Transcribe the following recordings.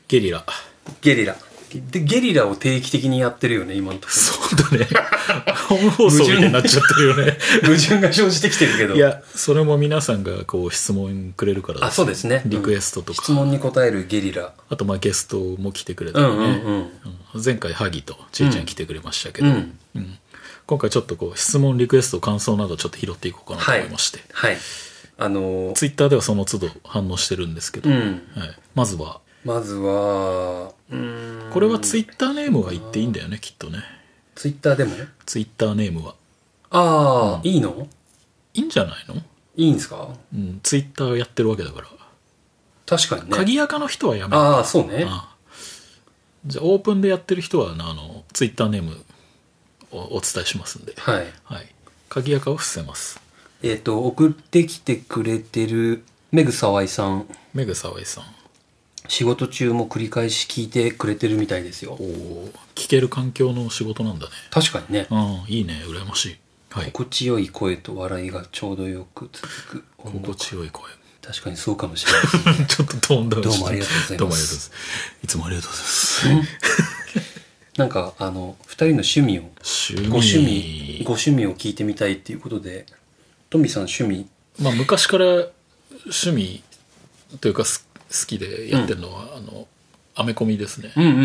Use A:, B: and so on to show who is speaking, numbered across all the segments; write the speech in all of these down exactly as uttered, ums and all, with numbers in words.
A: ゲリラ
B: ゲリラでゲリラを定期的にやってるよね今のところ。
A: そうだね本放送みたいになっちゃってるよね
B: 矛盾が生じてきてるけど。
A: いやそれも皆さんがこう質問くれるからです、ね、
B: あそうですね、
A: リクエストとか、
B: うん、質問に答えるゲリラ。
A: あとまあゲストも来てくれたりね、
B: うんうんうん
A: うん、前回ハギとちいちゃん来てくれましたけど、
B: うんうん、
A: 今回ちょっとこう質問リクエスト感想などちょっと拾っていこうかなと思いまして、
B: はい、はい、あのー、
A: ツイッターではその都度反応してるんですけど、
B: うん
A: はい、まずは
B: まずはうーん
A: これはツイッターネームは言っていいんだよねきっとね。
B: ツイッターでも
A: ツイッターネームは
B: ああ、
A: うん、
B: いいの
A: いいんじゃないの。
B: いいんですか、
A: うん、ツイッターやってるわけだから
B: 確かにね。
A: 鍵垢の人はやめる。
B: ああそうね。
A: ああじゃあオープンでやってる人はあのツイッターネームをお伝えしますんで、
B: はい、
A: はい、鍵垢を伏せます。
B: えっ、ー、と送ってきてくれてるメグ沢井さん、
A: メグ沢井さん
B: 仕事中も繰り返し聞いてくれてるみたいですよ。
A: おお聞ける環境の仕事なんだね。
B: 確かにね。
A: うんいいね羨ましい、はい、
B: 心地よい声と笑いがちょうどよく続く。
A: 心地よい声
B: 確かにそうかもしれないですね
A: ちょっとトーンダウンして
B: どうもありがとうございます。
A: どうもありがとうございます。いつもありがとうございます
B: なんかあのふたりの趣味を
A: 趣味
B: ご趣味ご趣味を聞いてみたいっていうことで、トミーさん趣味、
A: まあ昔から趣味というかす好きでやってるのは、うん、あのアメコミですね。
B: うんうんうんうん。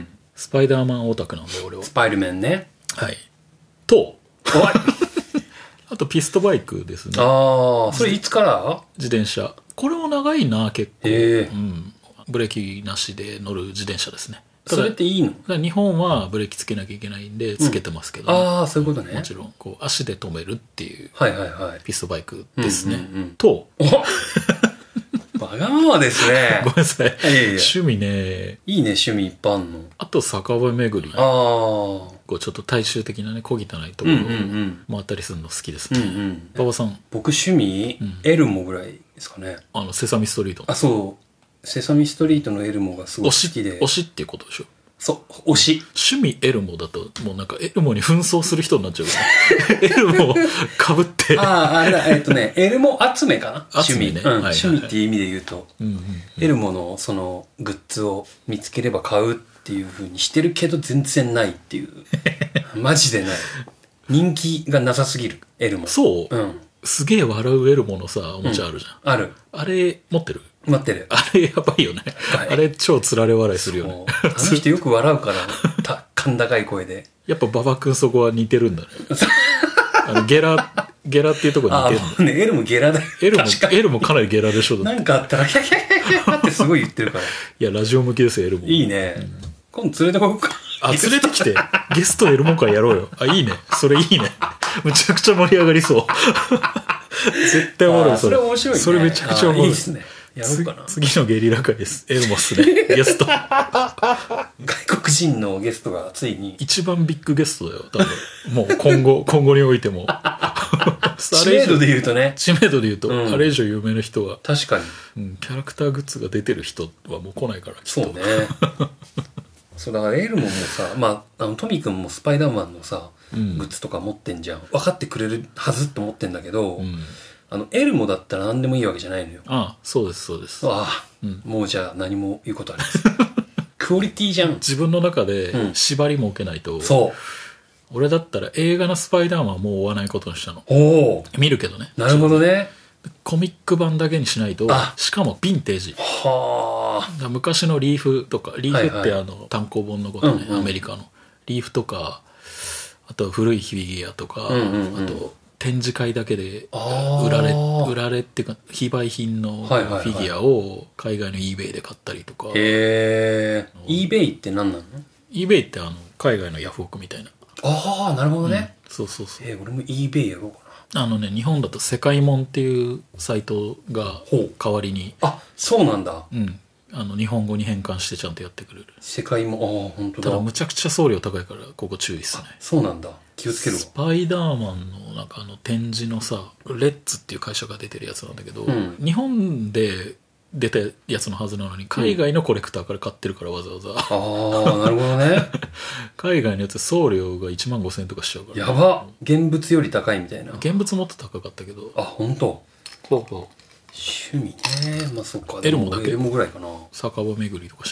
A: スパイダーマンオタクなんで俺は。
B: スパイダーマンね。
A: はいと
B: 怖い
A: あとピストバイクですね。
B: ああそれいつから？
A: 自転車これも長いな結構、
B: えー
A: うん、ブレーキなしで乗る自転車ですね。
B: それっていいの？
A: だから日本はブレーキつけなきゃいけないんでつけてますけど、ね、
B: うん、ああそういうことね。
A: もちろんこう足で止めるっていう
B: はいはいはい
A: ピストバイクですね、
B: うんうんうん、
A: と
B: わがままですね
A: ごめんなさい、
B: いやいや
A: 趣味ね
B: いいね趣味いっぱいあんの。
A: あと酒場巡り、
B: ああこ
A: うちょっと大衆的なね小汚いところを回ったりするの好きですね。
B: うんうんうん、
A: 馬場さん。
B: 僕趣味、うん、エルモぐらいですかね。
A: あのセサミストリート。
B: あそうセサミストリートのエルモがすごい好きで。
A: 推しっていうことでしょ。
B: そう推し。
A: 趣味エルモだともうなんかエルモに紛争する人になっちゃうからエルモをかぶって
B: あああれだえっとねエルモ集めかな
A: 趣味ね、
B: うん
A: はいはいはい、
B: 趣味っていう意味で言うと、
A: うんうんうん、
B: エルモのそのグッズを見つければ買うっていう風にしてるけど全然ないっていうマジでない。人気がなさすぎるエルモ。
A: そう、
B: うん、
A: すげえ笑うエルモのさおもちゃあるじゃん、
B: うん、ある。
A: あれ持ってる？
B: 持ってる。
A: あれやばいよね、はい、あれ超つられ笑いするよね。
B: あの人よく笑うからた甲高い声で。
A: やっぱ馬場君そこは似てるんだねあのゲラゲラっていうところに似てるんだ。
B: あ、ね、エルもゲラだよ。
A: エルもエルもかなりゲラでしょ。
B: なんかあったらヒャヒャヒャヒャってすごい言ってるから。
A: いやラジオ向きですよエルも。い
B: いね、うん、今度連れてこようか。
A: あ連れてきてゲストエルモ会やろうよ。あいいねそれいいね。むちゃくちゃ盛り上がりそう絶対おもろいそれ。
B: それ面白いね。
A: それめちゃくちゃおもろい。
B: いいですね。やろうかな。
A: 次のゲリラ会です。エルモっすねゲスト
B: 外国人のゲストがついに
A: 一番ビッグゲストだよ多分もう今後今後においても
B: 知名度で言うとね
A: 知名度で言うと、うん、あれ以上有名な人は
B: 確かに、
A: うん、キャラクターグッズが出てる人はもう来ないからきっと。
B: そうねそうだからエルモもさ、まあ、あのトミー君もスパイダーマンのさ、うん、グッズとか持ってんじゃん。分かってくれるはずって思ってんだけど、うんあのエルモだったら何でもいいわけじゃないのよ。
A: ああそうですそうです。
B: ああ、うん、もうじゃあ何も言うことありませんクオリティじゃん。
A: 自分の中で縛りも置けないと、
B: うん、そう
A: 俺だったら映画のスパイダーマンはもう追わないことにしたの。
B: おお
A: 見るけどね。
B: なるほどね。
A: コミック版だけにしないと。しかもヴィンテージはあ昔のリーフとかリーフってあの、はいはい、単行本のことね、うんうん、アメリカのリーフとかあと古いフィギュアとか、うんうんうん、あと展示会だけで売られ売られっていうか非売品のフィギュアを海外の eBay で買ったりとか。
B: へえ eBay って何なの？
A: eBay ってあの海外のヤフオクみたいな。
B: ああなるほどね、
A: うん、そうそうそう。
B: えー、俺も eBay やろうか
A: な。あのね日本だと世界もんっていうサイトが代わりに。
B: あそうなんだ。
A: うんあの日本語に変換してちゃんとやってくれる。
B: 世界もあ本当だ。
A: ただむちゃくちゃ送料高いからここ注意っすね。
B: そうなんだ気をつけるわ。
A: スパイダーマンのなんかあの展示のさレッツっていう会社が出てるやつなんだけど、うん、日本で出たやつのはずなのに海外のコレクターから買ってるからわざわざ、うん、
B: ああなるほどね
A: 海外のやつ送料がいちまんごせんえんとかしちゃうから、
B: やば現物より高いみたいな。
A: 現物もっと高かったけど。
B: あ本当。
A: ほうほう
B: 趣味ねまあそっか
A: エルモだけ。
B: エルモぐらいかな。
A: 酒場巡りとかしないの？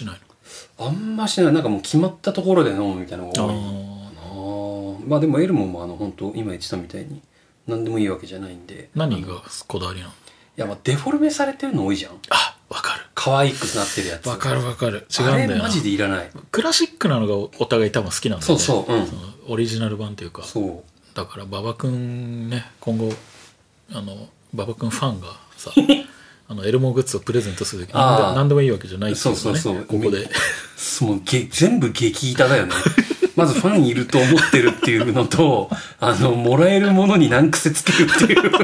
B: あんましない。なんかもう決まったところで飲むみたいなのが多いな。あまあでもエルモもあの本当今言ってたみたいに何でもいいわけじゃないんで。
A: 何がこだわりなの？い
B: やまあデフォルメされてるの多いじゃん。
A: あ、わかる。
B: 可愛くなってるやつ。
A: わかるわかる。違うんだよな。
B: あれマジでいらない。
A: クラシックなのがお互い多分好きなんだよね。
B: そうそう、うん、
A: そのオリジナル版というか。
B: そう
A: だから馬場くんね、今後あの馬場くんファンがさあのエルモグッズをプレゼントするとき何で何でもいいわけじゃないっていうかね。
B: そうそうそう。
A: ここで
B: もうげ全部激痛だよね。まずファンいると思ってるっていうのと、あのもらえるものに難癖つけるっていう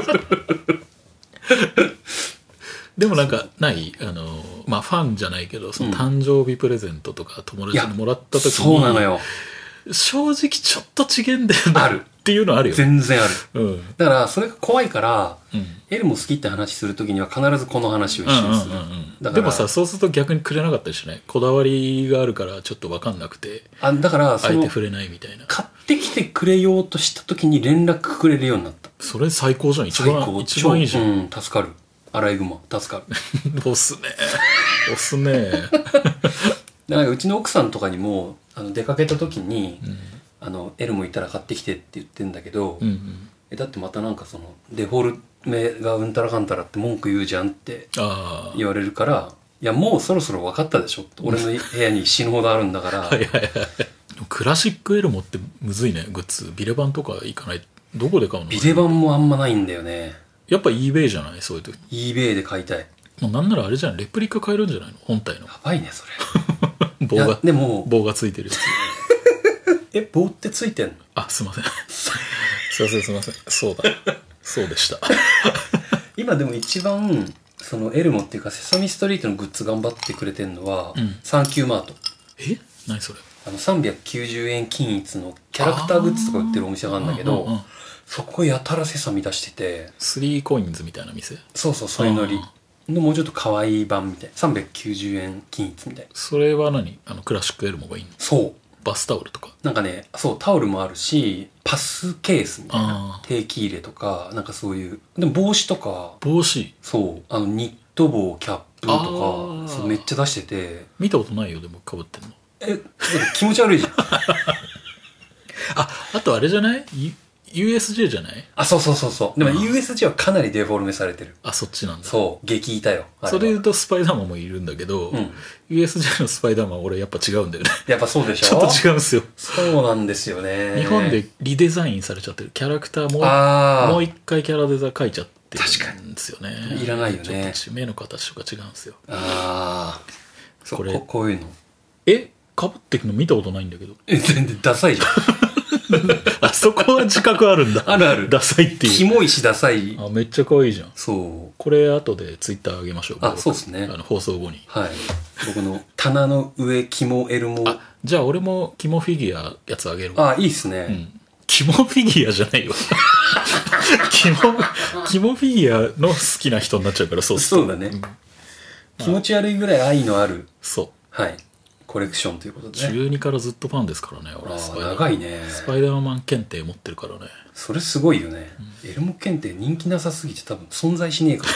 A: でもなんかないあのまあファンじゃないけどその誕生日プレゼントとか友達にもらった時に、
B: そうなのよ、
A: 正直ちょっと違えんだよな
B: ある
A: っていうのあるよ。
B: 全然ある、
A: うん、
B: だからそれが怖いから、うん、エルも好きって話するときには必ずこの話を一緒にする、うんうんうんうん、だからでも
A: さそうすると逆にくれなかったりしない？こだわりがあるからちょっと分かんなくて、
B: あだから
A: そのあえて触れないみたいな。
B: 買ってきてくれようとしたときに連絡くれるようになった。
A: それ最高じゃん。一番一番いいじゃん、
B: うん、助かる。アライグマ助かる
A: 押すね押すね
B: なんかうちの奥さんとかにもあの出かけた時に、うん、あのエルもいたら買ってきてって言ってんだけど、うんうん、えだってまたなんかそのデフォルメがうんたらかんたらって文句言うじゃんって言われるから、いやもうそろそろ分かったでしょって、俺の部屋に死ぬほどあるんだからはいはい、はい、
A: クラシックエルモってむずいね。グッズビレ版とか行かない？どこで買うの？
B: ビレ版もあんまないんだよね。
A: やっぱ eBay じゃない？そういう時
B: eBay で買いたい。
A: もうなんならあれじゃん、レプリカ買えるんじゃないの？本体の。
B: やばいねそれ
A: 棒が
B: でも
A: 棒がついてるやつ
B: え棒ってついてんの？
A: あすいませんすいませんすいませんそうだそうでした
B: 今でも一番そのエルモっていうかセサミストリートのグッズ頑張ってくれてんのは、うん、サンキューマート。
A: え何それ？
B: あのさんびゃくきゅうじゅうえん均一のキャラクターグッズとか売ってるお店があるんだけど、うんうんうん、そこやたらセサミ出してて、
A: スリーコインズみたいな店。
B: そうそう、そういうノリのもうちょっと可愛い版みたいなさんびゃくきゅうじゅうえん均一みたいな。
A: それは何？あのクラシックエルモがいいの？そうバスタオルとか
B: なんかね、そうタオルもあるしパスケースみたいな定期入れとかなんかそういう、でも帽子とか
A: 帽子
B: そうあのニット帽キャップとかそうめっちゃ出してて。
A: 見たことないよでも被ってんの。
B: え気持ち悪いじゃん
A: ああとあれじゃない？ユーエスジェー じゃない？
B: あ、そうそうそうそう。でも ユーエスジェー はかなりデフォルメされてる。
A: あ、そっちなんだ。
B: そう、激痛よ。
A: それで言うとスパイダーマンもいるんだけど、うん、ユーエスジェー のスパイダーマンは俺やっぱ違うんだよね。
B: やっぱそうでしょ？
A: ちょっと違うんですよ。
B: そうなんですよね。
A: 日本でリデザインされちゃってる。キャラクターももう一回キャラデザ描いちゃってるんですよね。
B: いらないよね。
A: ちょっと目の形とか違うんですよ。
B: ああ。これこ、こういうの。
A: え被ってくの見たことないんだけど。
B: え、全然ダサいじゃん。
A: あそこは自覚あるんだ。
B: あるある。
A: ダサいっていう。
B: キモいしダサい。
A: あ、めっちゃ可愛いじゃん。
B: そう。
A: これ後でツイッター上げましょう。
B: あ、そうですね。
A: あの放送後に。
B: はい。僕の棚の上キモエルモ。
A: あ、じゃあ俺もキモフィギュアやつあげる
B: わ。あ、いいっすね。うん。
A: キモフィギュアじゃないよ。キモ、キモフィギュアの好きな人になっちゃうからそう
B: そうだね、うん。気持ち悪いぐらい愛のある。
A: そう。
B: はい。コレクションということでね。
A: 中にからずっとファンですからね、俺。
B: ああ、長いね。
A: スパイダーマン検定持ってるからね。
B: それすごいよね。うん、エルモ検定人気なさすぎて多分存在しねえから。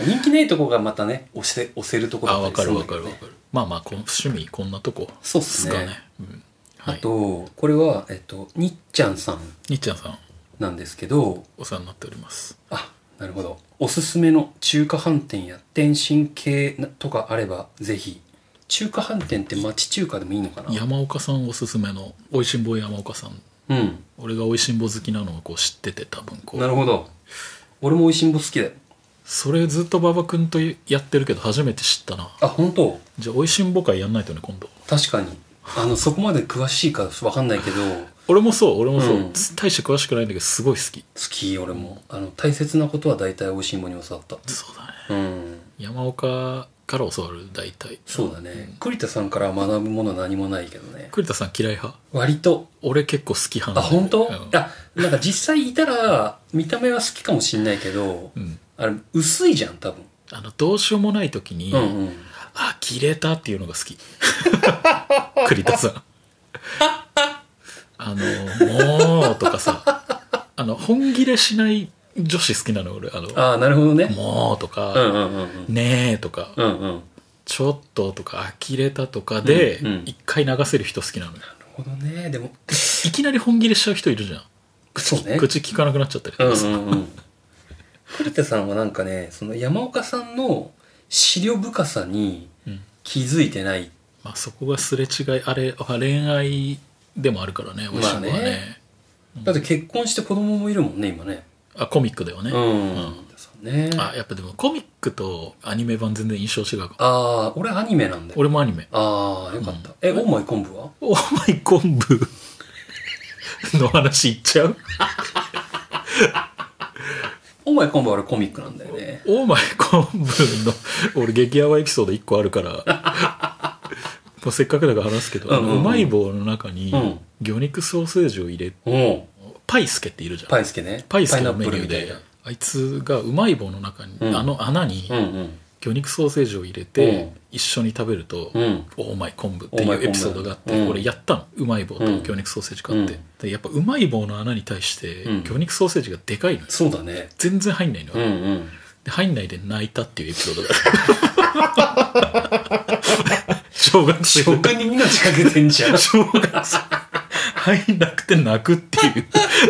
B: 人気ないとこがまたね、押せ、押せるとこだったりするんだけど、ね。あ、わかるわかるわかる。まあまあ、この趣味こんなとこ。 そうっすね。
A: ねうん
B: はい、あと、これは、えっと、にっちゃんさん。
A: にっちゃんさん。
B: なんですけど。
A: お世話になっております。
B: あ、なるほど。おすすめの中華飯店や点心系とかあれば、ぜひ。中華飯店って町中華でもいいのかな？
A: 山岡さんおすすめのおいしんぼ山岡さん、うん、俺がおいしんぼ好きなのをこう知ってて多分こう。
B: なるほど。俺もおいしんぼ好きだよ。
A: それずっと馬場君とやってるけど初めて知ったな。
B: あ、本当？
A: じゃあおいしんぼ会やんないとね今度。
B: 確かにあのそこまで詳しいか分かんないけど
A: 俺もそう俺もそう、うん、大して詳しくないんだけどすごい好き。
B: 好き俺も、うん、あの大切なことは大体おいしんぼに教わった。
A: そうだね、うん、山岡から教わる大体。
B: そうだね、うん、栗田さんから学ぶものは何もないけどね。
A: 栗田さん嫌い派？割
B: と
A: 俺結構好き派。
B: あ、本当？うん、いやなんか実際いたら見た目は好きかもしんないけど、うん、あれ薄いじゃん多分。あの
A: どうしようもない時に、うんうん、あ切れたっていうのが好き栗田さんあのもうとかさあの本切れしない女子好きなの俺。あの
B: あーなるほどね。
A: もうとか、うんうんうんうん、ねえとか、うんうん、 ちょっととか呆れたとかで
B: うんうん
A: 一回流せる人好きなのよ、
B: なるほどね。でも
A: いきなり本気でしちゃう人いるじゃん。
B: そうね。
A: 口聞かなくなっちゃったりと
B: うん
A: かさ、
B: うんうん。古手さんはなんかね、その山岡さんの思慮深さに
A: うん
B: 気づいてない。
A: まあ、そこがすれ違いあれあ恋愛でもあるからね、おしもはね、
B: まあねだって結婚して子供もいるもんね、今ね。
A: あコミックではね、
B: うん。
A: うん
B: そうね。
A: あやっぱでもコミックとアニメ版全然印象違うかも。
B: ああ、俺アニメなんだよ。
A: 俺もアニメ。
B: ああ、よかった。え、オーマイ昆布は
A: オーマイ昆布の話いっちゃう
B: オーマイ昆布は俺コミックなんだよね。
A: オーマイ昆布の俺激ヤバエピソードいっこあるからもうせっかくだから話すけど、
B: うんうんうん
A: あのうまい棒の中に
B: うん
A: 魚肉ソーセージを入れ
B: うん。
A: パイスケっているじゃん。
B: パイスケね。
A: パイスケの
B: パイナップ
A: メニューで
B: ルみたいな。
A: あいつがうまい棒の中に、
B: うん
A: あの穴に
B: うんうん。
A: 魚肉ソーセージを入れて、
B: うん
A: 一緒に食べると、
B: うん
A: オーマイ昆布っていうエピソードがあって、
B: オーマイ昆布
A: 俺やったのうまい棒と魚肉ソーセージ買って、
B: うん
A: でやっぱうまい棒の穴に対して
B: うん
A: 魚肉ソーセージがでかいのよ。
B: そうだね。
A: 全然入んないのよ、
B: うんうん。
A: で入んないで泣いたっていうエピソードがある小学生
B: 職人命かけてんじゃん。
A: 小学生入んなくて泣くっていう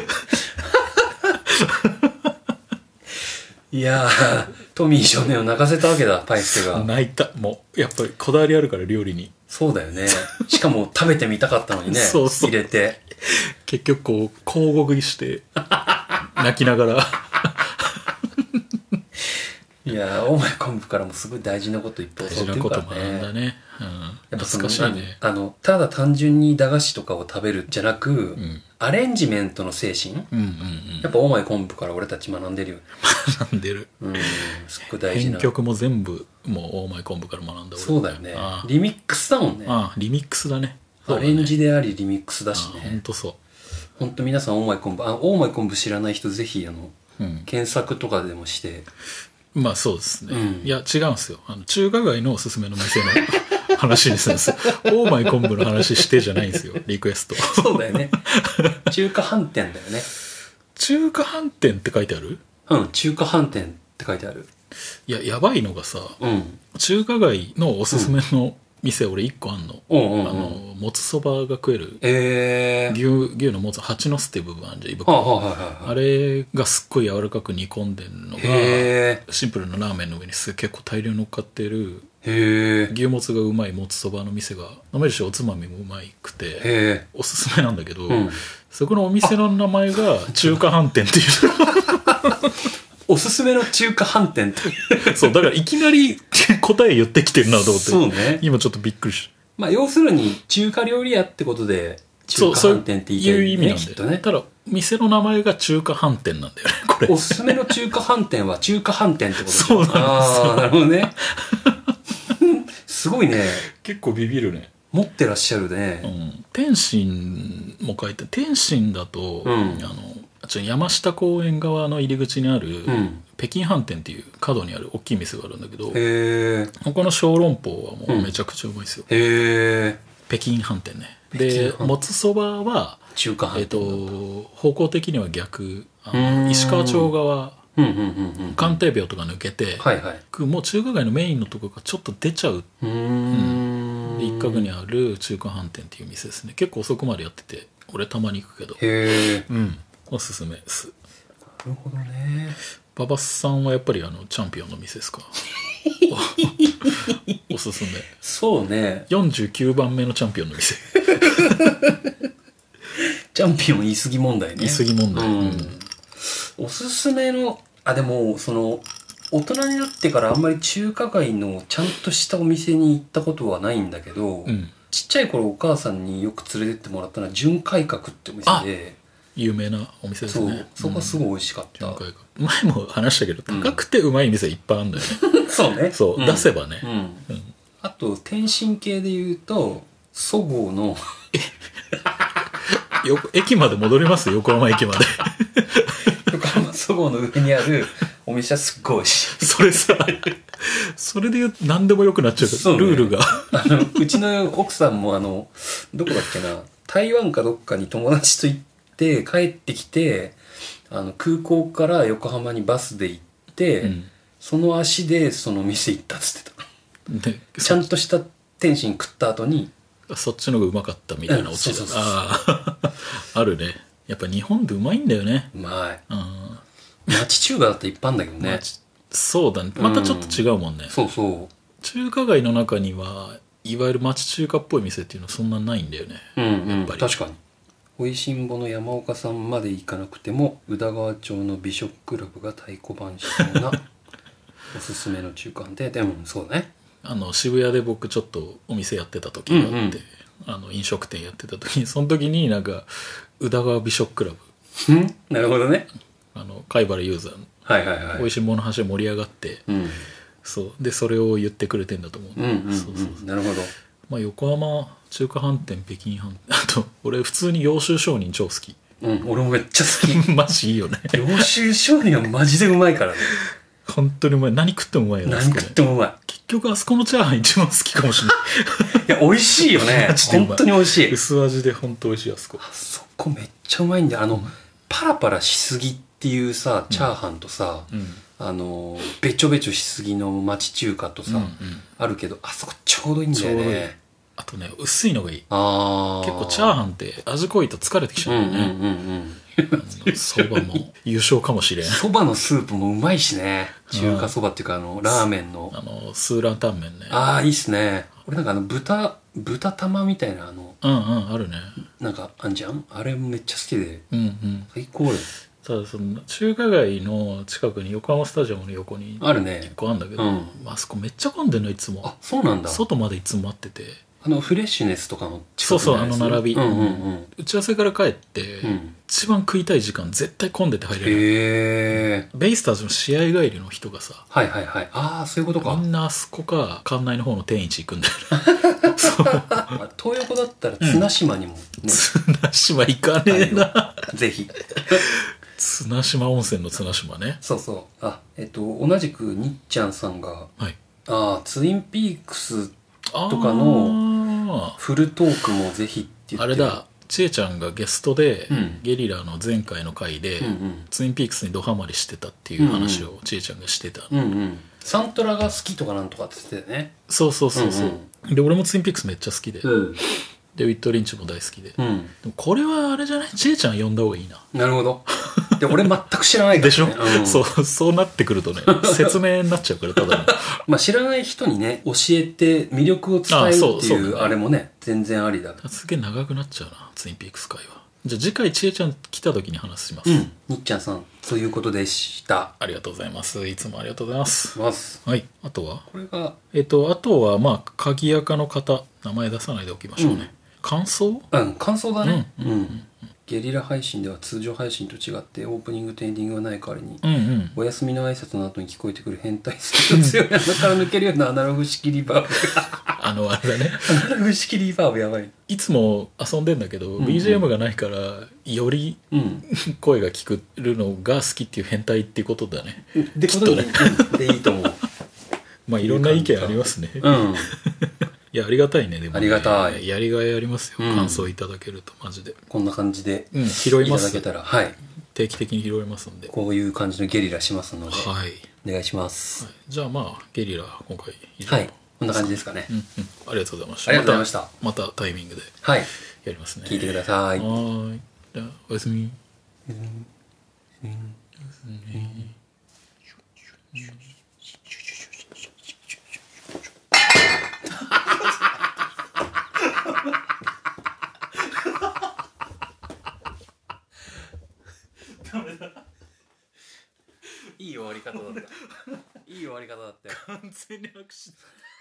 B: いやー、トミー少年を泣かせたわけだ、パイスケが。
A: 泣いた。もうやっぱりこだわりあるから料理に。
B: そうだよね。しかも食べてみたかったのにね。
A: そうそう
B: 入れて。
A: 結局こう交互食いして泣きながら
B: いやー、オーマイ昆布からもすごい大事なこといっぱい
A: 大
B: 教わってるか
A: 事なこと
B: らね。
A: 学んだね、うん、
B: やっぱその
A: 懐かしいね。
B: あのただ単純に駄菓子とかを食べるじゃなく、
A: ん
B: アレンジメントの精神、
A: うんうんうん
B: やっぱオーマイ昆布から俺たち学んでるよね。
A: 学んでる。
B: うん、すっごい大事な。
A: 編曲も全部もうオーマイ昆布から学んだ俺。
B: そうだよね
A: ああ。
B: リミックスだもんね。
A: ああリミックスだね。
B: アレンジでありリミックスだし
A: ほん
B: ね。
A: とそ
B: ほんと皆さんオーマイ昆布、あ、オーマイ昆布知らない人ぜひあの、
A: う、うん、
B: 検索とかでもして。
A: まあそうですね、
B: うん
A: いや違うんですよ、あの中華街のおすすめの店の話にするんですよ。オーマイ昆布の話してじゃないんですよリクエスト。
B: そうだよね。中華飯店だよね。
A: 中華飯店って書いてある？
B: うん、中華飯店って書いてある。
A: いややばいのがさ、
B: うん。
A: 中華街のおすすめの店、俺いっこあんの、
B: うんうんうん。
A: あのもつそばが食える
B: えー。
A: 牛牛のもつ蜂の巣っていう部分あるじゃん、胃
B: はあ、
A: 袋、
B: はあはいはいはい。
A: あれがすっごい柔らかく煮込んでるのが
B: へ
A: シンプルなラーメンの上にす結構大量に乗っかってる
B: え。へえ。
A: 牛もつがうまいもつそばの店が飲めるしおつまみもうまいくて
B: へえ。
A: おすすめなんだけど、
B: うん。
A: そこのお店の名前が中華飯店っていう
B: おすすめの中華飯店って。
A: そうだからいきなり答え言ってきてるなと思って、
B: そうね。
A: 今ちょっとびっくりした。
B: まあ要するに中華料理屋ってことで中華
A: そうそう
B: 飯店って言いたい
A: いう意味
B: ね、
A: なんだよ、
B: きっとね。
A: ただ店の名前が中華飯店なんだよねこれ。
B: おすすめの中華飯店は中華飯店ってこと
A: そうなんですよ
B: ああ、なるほどね。すごいね。
A: 結構ビビるね。
B: 持ってらっしゃるね。
A: うん、天津も書いて、天津だと、
B: うん
A: あのちょ山下公園側の入り口にある、
B: うん。
A: 北京飯店っていう角にある大きい店があるんだけど、
B: へえ。
A: この小籠包はもうめちゃくちゃうまいですよ、
B: へえ。
A: 北京飯店ね。
B: 北京飯
A: で
B: 店
A: もつそばは、
B: 中華
A: えっ
B: 飯店。
A: と方向的には逆、あ
B: うーん
A: の石川町側
B: うんうんうんうん。
A: 関帝廟とか抜けて、
B: はいはい。
A: もう中華街のメインのところがちょっと出ちゃう、
B: うーん。
A: で一角にある中華飯店っていう店ですね。結構遅くまでやってて俺たまに行くけど、
B: へえ。
A: うんおすすめです。
B: なるほどね。
A: 馬場さんはやっぱりあのチャンピオンの店ですか？おおすすめ
B: そうね。
A: よんじゅうきゅうばんめのチャンピオンの店。
B: チャンピオン言い過ぎ問題ね。
A: 言い過ぎ問題、
B: うん
A: うん
B: おすすめの、あ、でも、その、大人になってからあんまり中華街のちゃんとしたお店に行ったことはないんだけど、
A: うん
B: ちっちゃい頃お母さんによく連れてってもらったのは純改革ってお店で、
A: 有名なお店です
B: そう
A: ね。、
B: そこはすごい美味しかった。
A: うん前も話したけど高くてうまい店いっぱいあるんだよね、
B: そうね。
A: そう、
B: ん
A: 出せばね、
B: うん。
A: うん
B: あと、天津系で言うと、そごうの、
A: よ駅まで戻ります横浜駅まで。
B: 横浜そごうの上にあるお店はすっごい美味しい。
A: それさそれで言うと何でもよくなっちゃうから
B: そうね
A: ルールが
B: あのうちの奥さんもあのどこだっけな台湾かどっかに友達と行って帰ってきてあの空港から横浜にバスで行って、
A: うん
B: その足でその店行ったっつってた。
A: で
B: ちゃんとした天津食った後に
A: そっちの方がうまかったみたいなオチが、
B: うん、そうそうそう
A: ああるね。やっぱ日本でうまいんだよね。
B: うまい、
A: うん、
B: 町中華だっていっぱいあるんだけどね。
A: そうだね、またちょっと違うもんね、
B: うん、そうそう。
A: 中華街の中にはいわゆる町中華っぽい店っていうのはそんなないんだよね。
B: うんうん、やっぱり確かに。おいしんぼの山岡さんまで行かなくても宇田川町の美食クラブが太鼓判しそうなおすすめの中華で、でもそうね、
A: あの渋谷で僕ちょっとお店やってた時があって、うんうん、あの飲食店やってた時にその時になんか宇田川美食クラ
B: ブんなるほどね、
A: あの貝原雄山、
B: はいはいはい、
A: おいしんぼの話で盛り上がって、うん、そうでそれを言ってくれてんだと思う、
B: うんうんうん、そうそうそう、なるほど。
A: まあ、横浜中華飯店北京飯店あと俺普通に揚州商人超好き。
B: うん、俺もめっちゃ好き
A: マジいいよね。
B: 揚州商人はマジでうまいからね。
A: 本当にうまい。何食ってもうまいよね。
B: 何食ってもうまい。
A: 結局あそこのチャーハン一番好きかもしれない
B: いや美味しいよね。本当に美味しい。
A: 薄味で本当美味しい。あそこ
B: あそこめっちゃうまいんだよ。あの、うん、パラパラしすぎっていうさチャーハンとさ、うんうん、あのべちょべちょしすぎの町中華とさ、うんうん、あるけどあそこちょうどいいんだよね。
A: あとね薄いのがいい。
B: あ
A: 結構チャーハンって味濃いと疲れてきちゃうんだよね。うんうんうんうん、そばも優勝かもしれん。
B: そばのスープもうまいしね。中華そばっていうかあのラーメンの
A: あのスーランタンメンね。
B: ああいいっすね。俺なんかあの豚豚玉みたいなあの
A: うんうんあるね。
B: なんかあんじゃん、あれめっちゃ好きで、
A: うんうん、
B: 最高よ。
A: ただその中華街の近くに横浜スタジアムの横に
B: あるね。
A: 一個あるんだけど、
B: うん、
A: あそこめっちゃ混んでんのいつも。
B: あそうなんだ。
A: 外までいつも待ってて、
B: あのフレッシュネスとかの
A: 近くのそうそうあの並び、
B: うんうんうん、
A: 打ち合わせから帰って、うん、一番食いたい時間絶対混んでて入れない。
B: へー。
A: ベイスターズの試合帰りの人がさ、
B: はいはいはい、ああそういうことか。
A: みんなあそこか館内の方の天一行くんだよね
B: そう東横だったら綱島にも、ね、
A: うん、綱島行かねえな
B: ぜひ
A: 綱島温泉の綱島ね。
B: そうそう。あえっと同じくにっちゃんさんが、はい、あツインピークスとかのフルトークもぜひって言ってる。
A: あれだ、ちえちゃんがゲストで、うん、ゲリラの前回の回で、うんうん、ツインピークスにドハマりしてたっていう話をちえちゃんがしてた、
B: うんうん、サントラが好きとかなんとかって言ってたよね。
A: そうそうそうそう、うんうん、で俺もツインピークスめっちゃ好きで、うん、でウィット・リンチも大好きで、うん、でもこれはあれじゃない、ちえちゃん呼んだ方がいいな。
B: なるほど。で俺全く知らないから、ね、
A: でしょ、うん、そうそうなってくるとね説明になっちゃうからただの
B: まあ知らない人にね教えて魅力を伝えるっていうあれもね全然ありだ。
A: すげえ長くなっちゃうなツインピークス会は。じゃあ次回ちえちゃん来た時に話します。
B: うんにっちゃんさんそういうことでした。
A: ありがとうございます。いつもありがとうございます。
B: ます
A: はい。あとは
B: これが
A: えっ、ー、とあとはまあ鍵垢の方名前出さないでおきましょうね、うん、感想
B: うん感想だね。うん、うんうん、ゲリラ配信では通常配信と違ってオープニングとエンディングがない代わりに、うんうん、お休みの挨拶の後に聞こえてくる変態性の強い鼻から抜けるようなアナログ式リバーブ
A: あのあれだね
B: アナログ式リバーブやばい。
A: いつも遊んでんだけど、うんうん、ビージーエム がないからより、うん、声が聞くるのが好きっていう変態っていうことだね。
B: できっとねでいいと思う
A: まあいろんな意見ありますね。
B: うん
A: いやありがたいね。でもね
B: ありがたい。
A: やりがいありますよ、うん、感想いただけるとマジで
B: こんな感じで、
A: うん、拾います。
B: いただけたら、はい、
A: 定期的に拾いますんで
B: こういう感じのゲリラしますので、
A: はい、
B: お願いします、
A: はい、じゃあまあゲリラ今回以上、
B: はい、こんな感じですかね、
A: うんうん、ありがとうございました。
B: ありがとうございました。
A: また、またタイミングで
B: はい
A: やりますね。
B: 聞いてください。
A: はい。じゃあおやすみ。うんうんうんダメだ。
B: いい終わり方だった。いい終わり方だったよ。
A: 完全に拍手。